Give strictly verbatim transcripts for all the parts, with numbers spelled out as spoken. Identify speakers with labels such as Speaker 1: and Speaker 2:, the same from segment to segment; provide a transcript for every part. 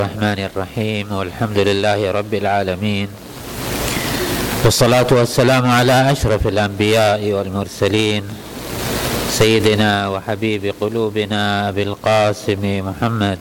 Speaker 1: الرحمن الرحيم، والحمد لله رب العالمين، والصلاة والسلام على أشرف الأنبياء والمرسلين، سيدنا وحبيب قلوبنا أبي القاسم محمد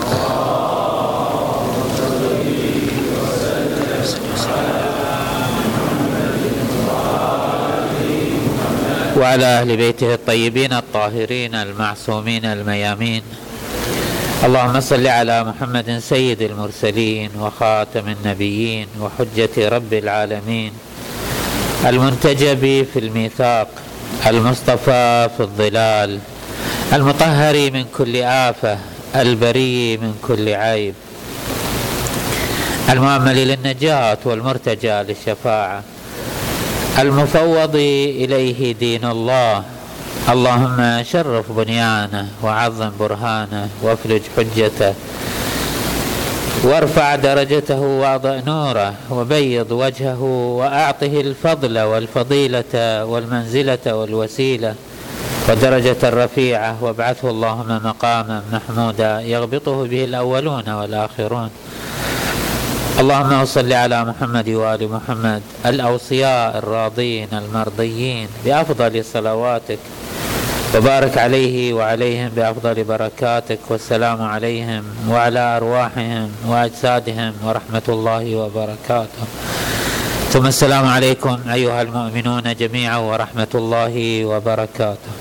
Speaker 1: وعلى أهل بيته الطيبين الطاهرين المعصومين الميامين. اللهم صل على محمد سيد المرسلين وخاتم النبيين وحجة رب العالمين، المنتجب في الميثاق، المصطفى في الظلال، المطهر من كل آفة، البري من كل عيب، المؤمل للنجاة والمرتجى للشفاعة، المفوض إليه دين الله. اللهم شرف بنيانه وعظم برهانه وافلج حجته وارفع درجته واضع نوره وبيض وجهه وأعطه الفضل والفضيلة والمنزلة والوسيلة والدرجة الرفيعة، وابعثه اللهم مقاما محمودا يغبطه به الأولون والآخرون. اللهم صل على محمد وآل محمد الأوصياء الراضين المرضيين بأفضل صلواتك، وبارك عليه وعليهم بأفضل بركاتك، والسلام عليهم وعلى أرواحهم وأجسادهم ورحمة الله وبركاته. ثم السلام عليكم أيها المؤمنون جميعا ورحمة الله وبركاته.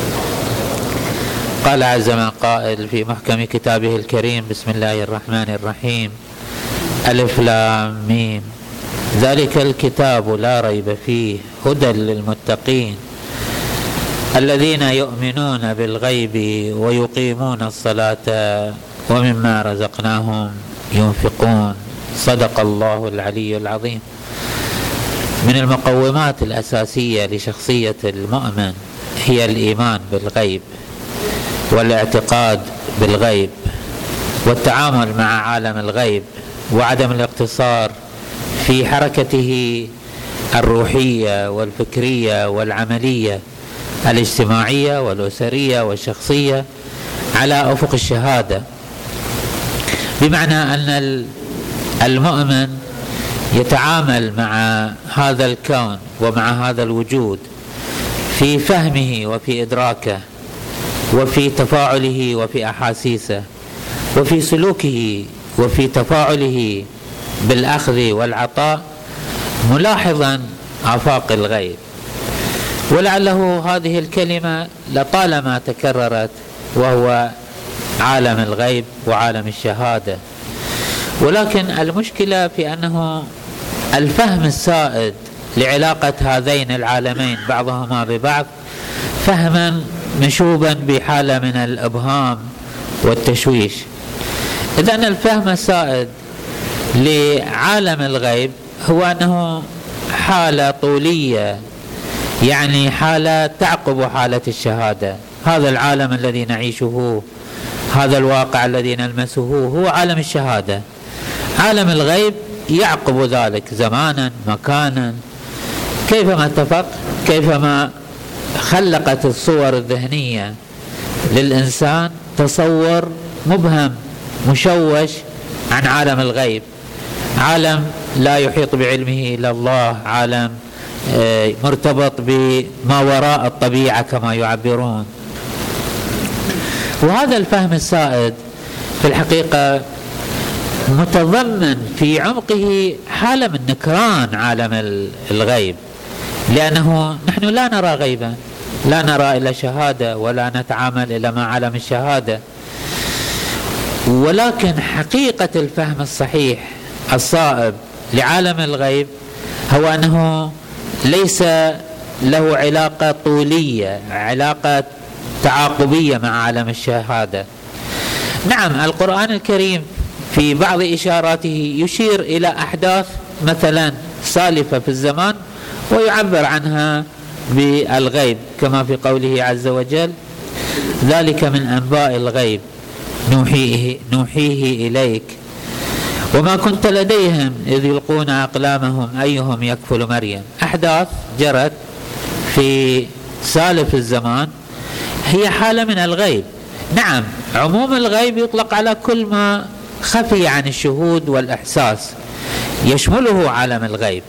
Speaker 1: قال عز من قائل في محكم كتابه الكريم: بسم الله الرحمن الرحيم، ألف لام ميم، ذلك الكتاب لا ريب فيه هدى للمتقين الذين يؤمنون بالغيب ويقيمون الصلاة ومما رزقناهم ينفقون. صدق الله العلي العظيم. من المقومات الأساسية لشخصية المؤمن هي الإيمان بالغيب والاعتقاد بالغيب والتعامل مع عالم الغيب، وعدم الاقتصار في حركته الروحية والفكرية والعملية الاجتماعية والأسرية والشخصية على أفق الشهادة، بمعنى أن المؤمن يتعامل مع هذا الكون ومع هذا الوجود في فهمه وفي إدراكه وفي تفاعله وفي أحاسيسه وفي سلوكه وفي تفاعله بالأخذ والعطاء، ملاحظا آفاق الغيب. ولعله هذه الكلمة لطالما تكررت، وهو عالم الغيب وعالم الشهادة. ولكن المشكلة في أنه الفهم السائد لعلاقة هذين العالمين بعضهما ببعض فهما مشوبا بحالة من الإبهام والتشويش. إذن الفهم السائد لعالم الغيب هو أنه حالة طولية، يعني حالة تعقب حالة الشهادة. هذا العالم الذي نعيشه، هذا الواقع الذي نلمسه هو عالم الشهادة. عالم الغيب يعقب ذلك زمانا مكانا، كيفما اتفق، كيفما خلقت الصور الذهنية للإنسان تصور مبهم مشوش عن عالم الغيب، عالم لا يحيط بعلمه إلا الله، عالم مرتبط بما وراء الطبيعة كما يعبرون. وهذا الفهم السائد في الحقيقة متضمن في عمقه حالة من نكران عالم الغيب، لأنه نحن لا نرى غيبا، لا نرى إلا شهادة، ولا نتعامل إلا مع عالم الشهادة. ولكن حقيقة الفهم الصحيح الصائب لعالم الغيب هو أنه ليس له علاقة طولية، علاقة تعاقبية مع عالم الشهادة. نعم، القرآن الكريم في بعض إشاراته يشير إلى أحداث مثلا سالفة في الزمان ويعبر عنها بالغيب، كما في قوله عز وجل: ذلك من أنباء الغيب نوحيه, نوحيه إليك وما كنت لديهم إذ يلقون أقلامهم أيهم يكفل مريم. أحداث جرت في سالف الزمان هي حالة من الغيب. نعم، عموم الغيب يطلق على كل ما خفي عن الشهود والإحساس يشمله عالم الغيب،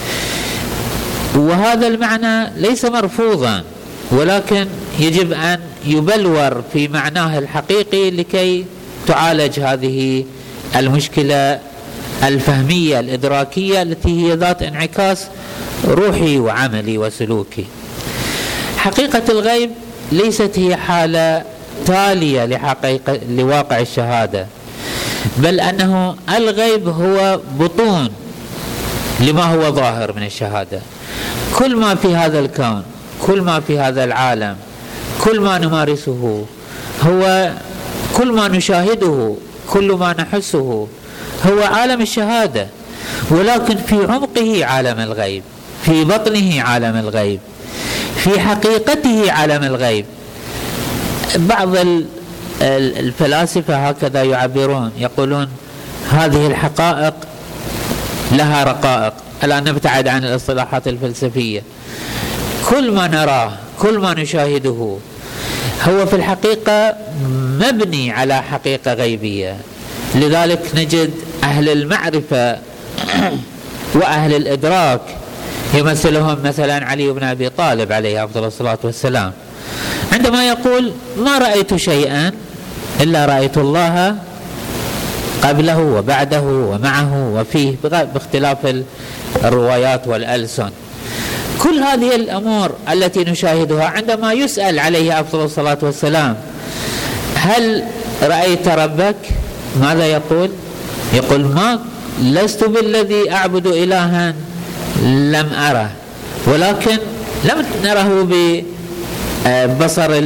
Speaker 1: وهذا المعنى ليس مرفوضا، ولكن يجب أن يبلور في معناه الحقيقي لكي تعالج هذه المشكلة الفهمية الإدراكية التي هي ذات انعكاس روحي وعملي وسلوكي. حقيقة الغيب ليست هي حالة تالية لحقيقة لواقع الشهادة، بل أنه الغيب هو بطون لما هو ظاهر من الشهادة. كل ما في هذا الكون، كل ما في هذا العالم، كل ما نمارسه، هو كل ما نشاهده، كل ما نحسه هو عالم الشهادة، ولكن في عمقه عالم الغيب، في بطنه عالم الغيب، في حقيقته عالم الغيب. بعض الفلاسفة هكذا يعبرون، يقولون هذه الحقائق لها رقائق. الآن نبتعد عن الاصطلاحات الفلسفية. كل ما نراه، كل ما نشاهده هو في الحقيقة مبني على حقيقة غيبية. لذلك نجد أهل المعرفة وأهل الإدراك يمثلهم مثلا علي بن أبي طالب عليه أفضل الصلاة والسلام، عندما يقول ما رأيت شيئا إلا رأيت الله قبله وبعده ومعه وفيه، باختلاف الروايات والألسن. كل هذه الأمور التي نشاهدها، عندما يسأل عليه أفضل الصلاة والسلام هل رأيت ربك؟ ماذا يقول؟ يقول ما لست بالذي أعبد إلها لم أره، ولكن لم نره ببصر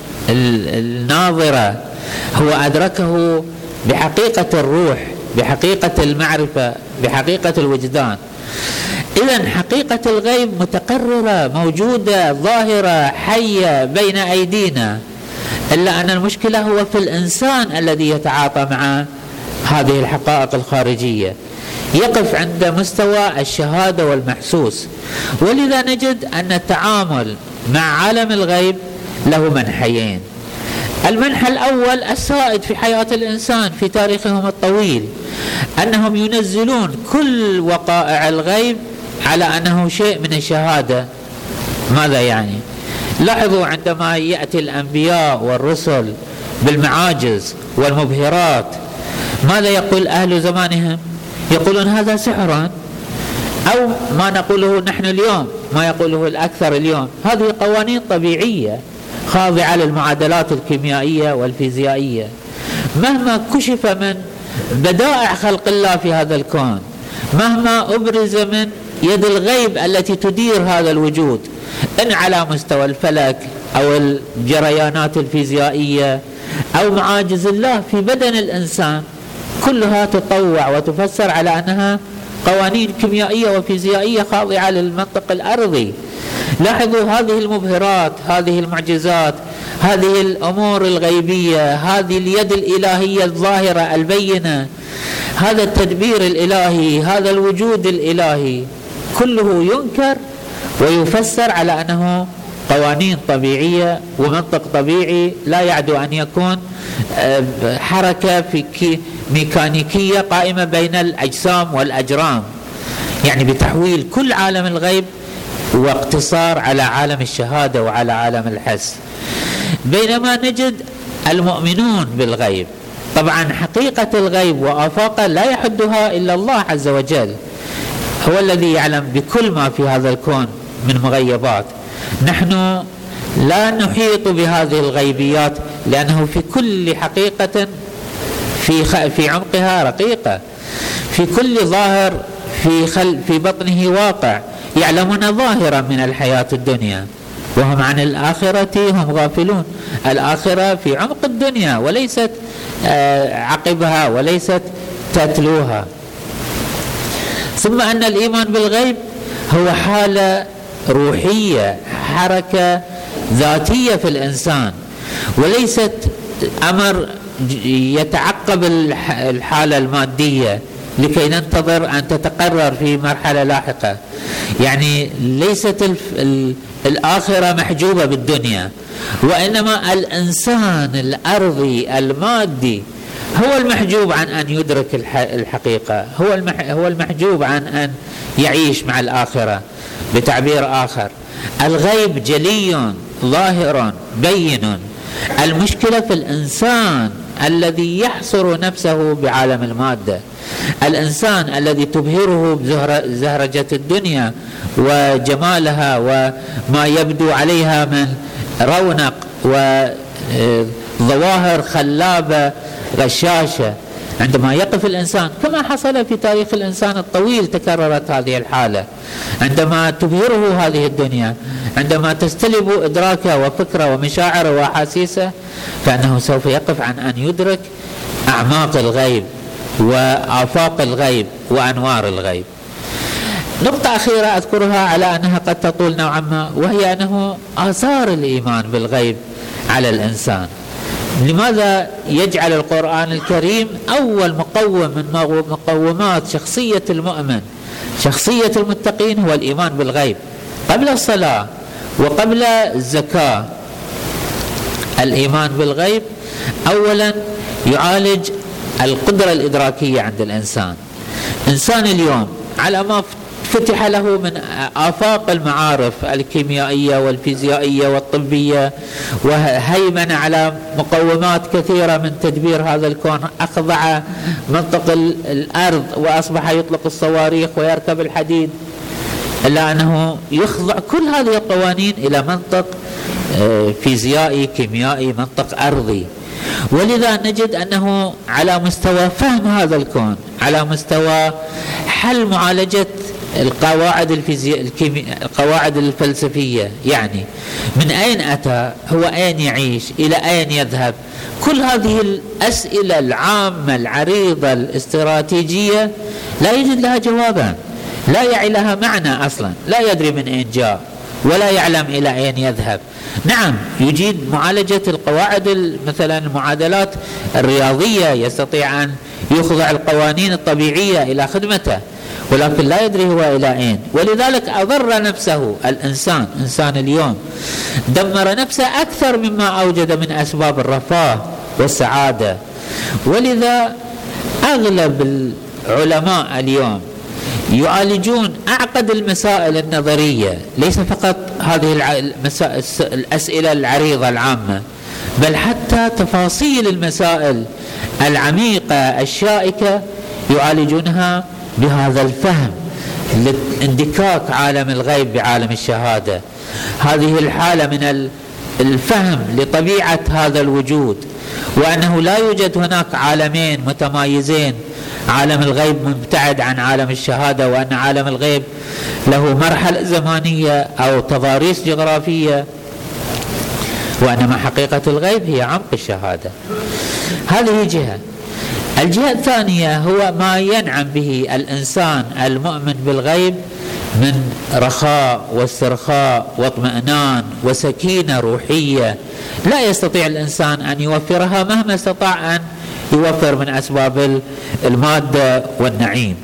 Speaker 1: الناظرة، هو أدركه بحقيقة الروح، بحقيقة المعرفة، بحقيقة الوجدان. إذن حقيقة الغيب متقررة، موجودة، ظاهرة، حية بين أيدينا، إلا أن المشكلة هو في الإنسان الذي يتعاطى مع هذه الحقائق الخارجية، يقف عند مستوى الشهادة والمحسوس. ولذا نجد أن التعامل مع عالم الغيب له منحيين. المنحى الأول السائد في حياة الإنسان في تاريخهم الطويل، أنهم ينزلون كل وقائع الغيب على أنه شيء من الشهادة. ماذا يعني؟ لاحظوا عندما يأتي الأنبياء والرسل بالمعاجز والمبهرات، ماذا يقول أهل زمانهم؟ يقولون هذا سحر، أو ما نقوله نحن اليوم، ما يقوله الأكثر اليوم، هذه قوانين طبيعية خاضعة للمعادلات الكيميائية والفيزيائية. مهما كشف من بدائع خلق الله في هذا الكون، مهما أبرز من يد الغيب التي تدير هذا الوجود، إن على مستوى الفلك أو الجريانات الفيزيائية أو معاجز الله في بدن الإنسان، كلها تطوع وتفسر على أنها قوانين كيميائية وفيزيائية خاضعة للمنطق الأرضي. لاحظوا هذه المبهرات، هذه المعجزات، هذه الأمور الغيبية، هذه اليد الإلهية الظاهرة البينة، هذا التدبير الإلهي، هذا الوجود الإلهي، كله ينكر ويفسر على أنه قوانين طبيعية ومنطق طبيعي، لا يعدو أن يكون حركة في ميكانيكية قائمة بين الأجسام والأجرام، يعني بتحويل كل عالم الغيب واقتصار على عالم الشهادة وعلى عالم الحس. بينما نجد المؤمنون بالغيب، طبعا حقيقة الغيب وآفاقه لا يحدها إلا الله عز وجل، هو الذي يعلم بكل ما في هذا الكون من مغيبات. نحن لا نحيط بهذه الغيبيات، لأنه في كل حقيقة في في عمقها رقيقة، في كل ظاهر في خل في بطنه واقع. يعلمون ظاهرا من الحياة الدنيا وهم عن الآخرة هم غافلون. الآخرة في عمق الدنيا وليست عقبها وليست تتلوها. ثم أن الإيمان بالغيب هو حالة روحية، حركة ذاتية في الإنسان، وليست أمر يتعقب الحالة المادية لكي ننتظر أن تتقرر في مرحلة لاحقة. يعني ليست الآخرة محجوبة بالدنيا، وإنما الإنسان الأرضي المادي هو المحجوب عن أن يدرك الحقيقة، هو هو المحجوب عن أن يعيش مع الآخرة. بتعبير آخر، الغيب جلي ظاهر بين، المشكلة في الإنسان الذي يحصر نفسه بعالم المادة، الإنسان الذي تبهره بزهرجة الدنيا وجمالها وما يبدو عليها من رونق وظواهر خلابة غشاشة. عندما يقف الإنسان كما حصل في تاريخ الإنسان الطويل تكررت هذه الحالة، عندما تبهره هذه الدنيا، عندما تستلب إدراكه وفكره ومشاعره وأحاسيسه، فإنه سوف يقف عن أن يدرك أعماق الغيب وآفاق الغيب وأنوار الغيب. نقطة أخيرة أذكرها على أنها قد تطول نوعا ما، وهي أنه آثار الإيمان بالغيب على الإنسان. لماذا يجعل القرآن الكريم أول مقوم من مقومات شخصية المؤمن، شخصية المتقين، هو الإيمان بالغيب؟ قبل الصلاة وقبل الزكاة الإيمان بالغيب أولا يعالج القدرة الإدراكية عند الإنسان. إنسان اليوم على ما فتح له من آفاق المعارف الكيميائية والفيزيائية والطبية، وهيمن على مقومات كثيرة من تدبير هذا الكون، أخضع منطق الأرض وأصبح يطلق الصواريخ ويركب الحديد، إلا أنه يخضع كل هذه القوانين إلى منطق فيزيائي كيميائي، منطق أرضي. ولذا نجد أنه على مستوى فهم هذا الكون، على مستوى حل معالجة القواعد الفيزياء الكيمياء القواعد الفلسفية، يعني من أين أتى، هو أين يعيش، إلى أين يذهب، كل هذه الأسئلة العامة العريضة الاستراتيجية لا يوجد لها جوابا، لا يعي لها معنى أصلا، لا يدري من أين جاء ولا يعلم إلى أين يذهب. نعم يجيد معالجة القواعد مثلا المعادلات الرياضية، يستطيع أن يخضع القوانين الطبيعية إلى خدمته، ولكن لا يدري هو إلى أين. ولذلك أضر نفسه الإنسان، إنسان اليوم دمر نفسه أكثر مما أوجد من أسباب الرفاه والسعادة. ولذا أغلب العلماء اليوم يعالجون أعقد المسائل النظرية، ليس فقط هذه المسائل الأسئلة العريضة العامة، بل حتى تفاصيل المسائل العميقة الشائكة يعالجونها بهذا الفهم لاندكاك عالم الغيب بعالم الشهادة. هذه الحالة من الفهم لطبيعة هذا الوجود، وأنه لا يوجد هناك عالمين متمايزين، عالم الغيب مبتعد عن عالم الشهادة، وأن عالم الغيب له مرحلة زمانية أو تضاريس جغرافية، وأنما حقيقة الغيب هي عمق الشهادة. هذه جهة. الجهة الثانية هو ما ينعم به الإنسان المؤمن بالغيب من رخاء واسترخاء واطمئنان وسكينة روحية لا يستطيع الإنسان أن يوفرها مهما استطاع أن يوفر من أسباب المادة والنعيم.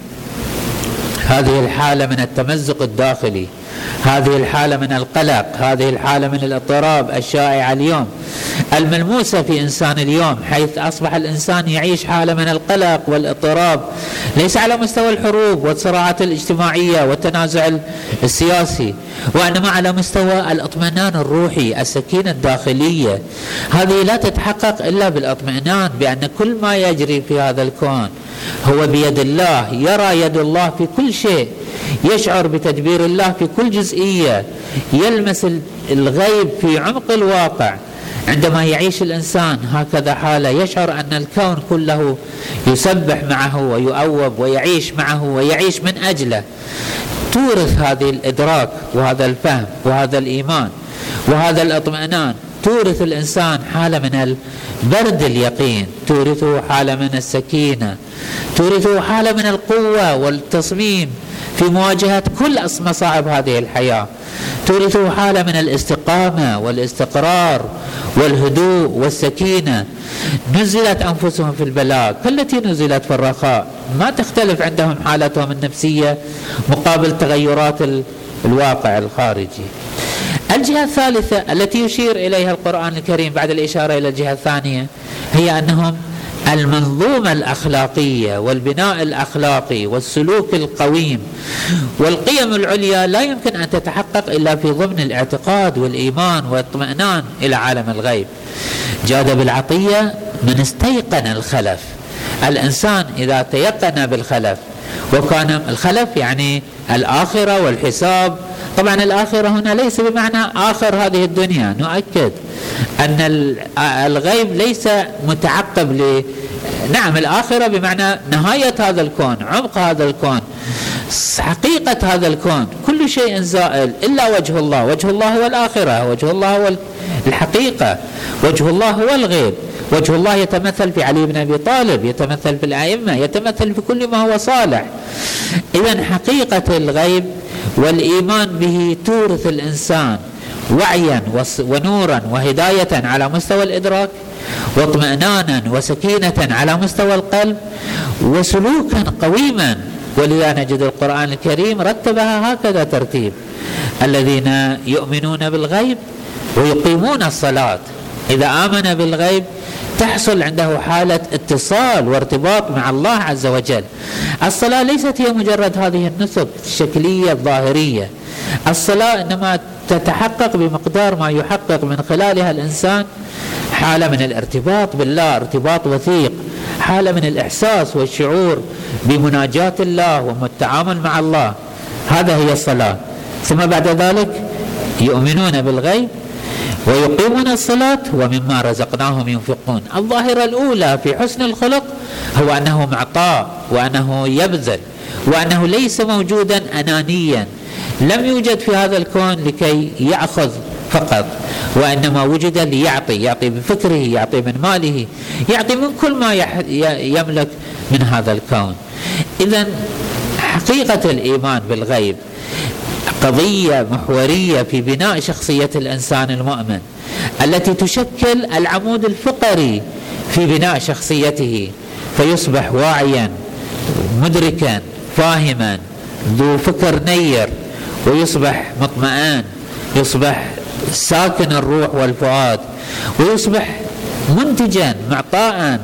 Speaker 1: هذه الحالة من التمزق الداخلي، هذه الحالة من القلق، هذه الحالة من الاضطراب الشائعة اليوم الملموسة في إنسان اليوم، حيث أصبح الإنسان يعيش حالة من القلق والاضطراب، ليس على مستوى الحروب والصراعات الاجتماعية والتنازع السياسي، وإنما على مستوى الاطمئنان الروحي، السكينة الداخلية. هذه لا تتحقق إلا بالاطمئنان بأن كل ما يجري في هذا الكون هو بيد الله، يرى يد الله في كل شيء، يشعر بتدبير الله في كل جزئية، يلمس الغيب في عمق الواقع. عندما يعيش الإنسان هكذا حالة يشعر أن الكون كله يسبح معه ويؤوب ويعيش معه ويعيش من أجله. تورث هذه الإدراك وهذا الفهم وهذا الإيمان وهذا الاطمئنان، تورث الإنسان حالة من البرد اليقين، تورثه حالة من السكينة، تورثه حالة من القوة والتصميم في مواجهة كل مصاعب هذه الحياة، تورثه حالة من الاستقامة والاستقرار والهدوء والسكينة. نزلت أنفسهم في البلاء كالتي نزلت في الرخاء، ما تختلف عندهم حالتهم النفسية مقابل تغيرات الواقع الخارجي. الجهة الثالثة التي يشير إليها القرآن الكريم بعد الإشارة إلى الجهة الثانية هي أنهم المنظومة الأخلاقية والبناء الأخلاقي والسلوك القويم والقيم العليا لا يمكن أن تتحقق إلا في ضمن الاعتقاد والإيمان والاطمئنان إلى عالم الغيب. جاد بالعطية من استيقن الخلف. الإنسان إذا تيقن بالخلف، وكان الخلف يعني الآخرة والحساب. طبعا الآخرة هنا ليس بمعنى آخر هذه الدنيا، نؤكد أن الغيب ليس متعقب ل نعم الآخرة بمعنى نهاية هذا الكون، عمق هذا الكون، حقيقة هذا الكون، كل شيء زائل إلا وجه الله. وجه الله هو الآخرة، وجه الله هو الحقيقة، وجه الله هو الغيب. وجه الله يتمثل في علي بن أبي طالب، يتمثل في الأئمة، يتمثل في كل ما هو صالح. إذن حقيقة الغيب والإيمان به تورث الإنسان وعيا ونورا وهداية على مستوى الإدراك، واطمئنانا وسكينة على مستوى القلب، وسلوكا قويما. ولذا نجد القرآن الكريم رتبها هكذا ترتيب: الذين يؤمنون بالغيب ويقيمون الصلاة. إذا آمن بالغيب تحصل عنده حالة اتصال وارتباط مع الله عز وجل. الصلاة ليست هي مجرد هذه النسك الشكلية الظاهرية. الصلاة إنما تتحقق بمقدار ما يحقق من خلالها الإنسان حالة من الارتباط بالله، ارتباط وثيق، حالة من الإحساس والشعور بمناجاة الله والتعامل مع الله. هذا هي الصلاة. ثم بعد ذلك يؤمنون بالغيب ويقيمون الصلاة ومما رزقناهم ينفقون. الظاهرة الأولى في حسن الخلق هو أنه معطاء، وأنه يبذل، وأنه ليس موجودا أنانيا. لم يوجد في هذا الكون لكي يأخذ فقط، وإنما وجد ليعطي، يعطي بفكره، يعطي من ماله، يعطي من كل ما يملك من هذا الكون. إذن حقيقة الإيمان بالغيب قضية محورية في بناء شخصية الإنسان المؤمن، التي تشكل العمود الفقري في بناء شخصيته، فيصبح واعيا مدركا فاهما ذو فكر نير، ويصبح مطمئن، يصبح ساكن الروح والفؤاد، ويصبح منتجا معطاء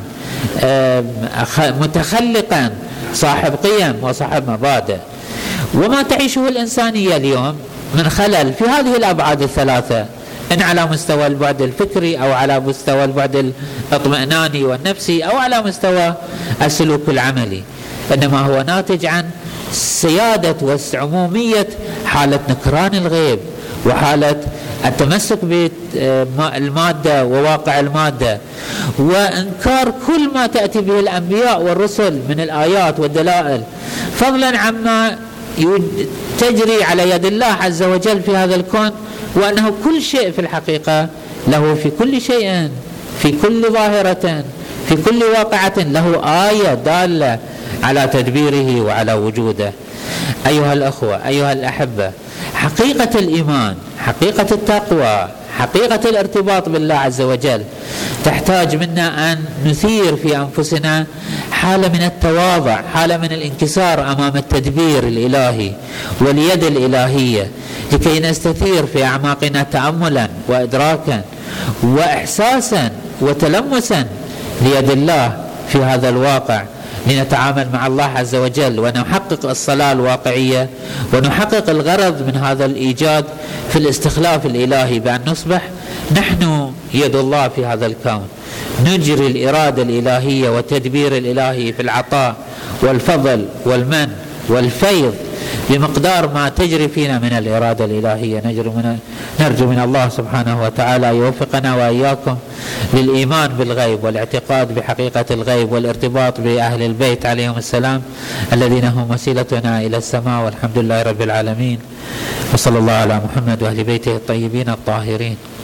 Speaker 1: متخلقا صاحب قيم وصاحب مبادئ. وما تعيشه الإنسانية اليوم من خلل في هذه الأبعاد الثلاثة، إن على مستوى البعد الفكري، أو على مستوى البعد الاطمئناني والنفسي، أو على مستوى السلوك العملي، إنما هو ناتج عن سيادة وعمومية حالة نكران الغيب، وحالة التمسك بالمادة وواقع المادة، وإنكار كل ما تأتي به الأنبياء والرسل من الآيات والدلائل، فضلا عما تجري على يد الله عز وجل في هذا الكون، وأنه كل شيء في الحقيقة له في كل شيء، في كل ظاهرة، في كل واقعة له آية دالة على تدبيره وعلى وجوده. أيها الأخوة، أيها الأحبة، حقيقة الإيمان، حقيقة التقوى، حقيقة الارتباط بالله عز وجل تحتاج منا أن نثير في أنفسنا حالة من التواضع، حالة من الانكسار أمام التدبير الإلهي واليد الإلهية، لكي نستثير في أعماقنا تأملا وإدراكا وإحساسا وتلمسا ليد الله في هذا الواقع، لنتعامل مع الله عز وجل ونحقق الصلاة الواقعية، ونحقق الغرض من هذا الإيجاد في الاستخلاف الإلهي، بأن نصبح نحن يد الله في هذا الكون، نجري الإرادة الإلهية والتدبير الإلهي في العطاء والفضل والمن والفيض بمقدار ما تجري فينا من الإرادة الإلهية. نجري من نرجو من الله سبحانه وتعالى يوفقنا وإياكم للإيمان بالغيب والاعتقاد بحقيقة الغيب والارتباط بأهل البيت عليهم السلام الذين هم وسيلتنا إلى السماء، والحمد لله رب العالمين، وصلى الله على محمد وأهل بيته الطيبين الطاهرين.